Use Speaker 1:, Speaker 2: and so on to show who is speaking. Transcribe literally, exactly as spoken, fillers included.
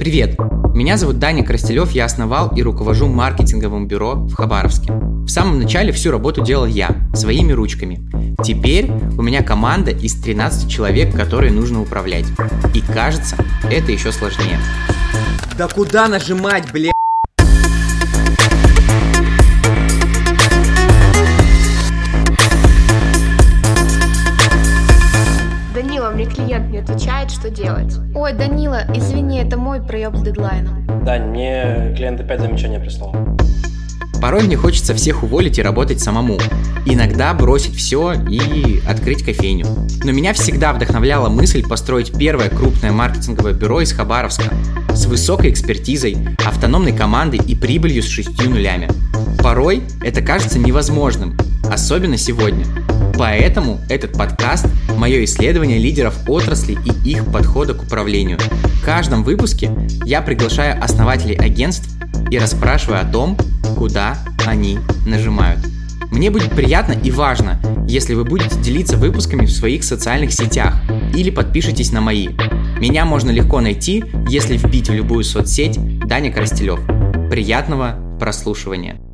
Speaker 1: Привет! Меня зовут Даня Крастелев, я основал и руковожу маркетинговым бюро в Хабаровске. В самом начале всю работу делал я, своими ручками. Теперь у меня команда из тринадцати человек, которые нужно управлять. И кажется, это еще сложнее. Да куда нажимать, бля?
Speaker 2: Данила, мне клиент не отвечает, что делать?
Speaker 3: Ой, Данила, извини, это мой проеб с дедлайном.
Speaker 4: Дань, мне клиент опять замечание прислал.
Speaker 1: Порой мне хочется всех уволить и работать самому. Иногда бросить все и открыть кофейню. Но меня всегда вдохновляла мысль построить первое крупное маркетинговое бюро из Хабаровска с высокой экспертизой, автономной командой и прибылью с шестью нулями. Порой это кажется невозможным, особенно сегодня. Поэтому этот подкаст – мое исследование лидеров отрасли и их подхода к управлению. В каждом выпуске я приглашаю основателей агентств и расспрашиваю о том, куда они нажимают. Мне будет приятно и важно, если вы будете делиться выпусками в своих социальных сетях или подпишитесь на мои. Меня можно легко найти, если вбить в любую соцсеть Даня Крастелев. Приятного прослушивания!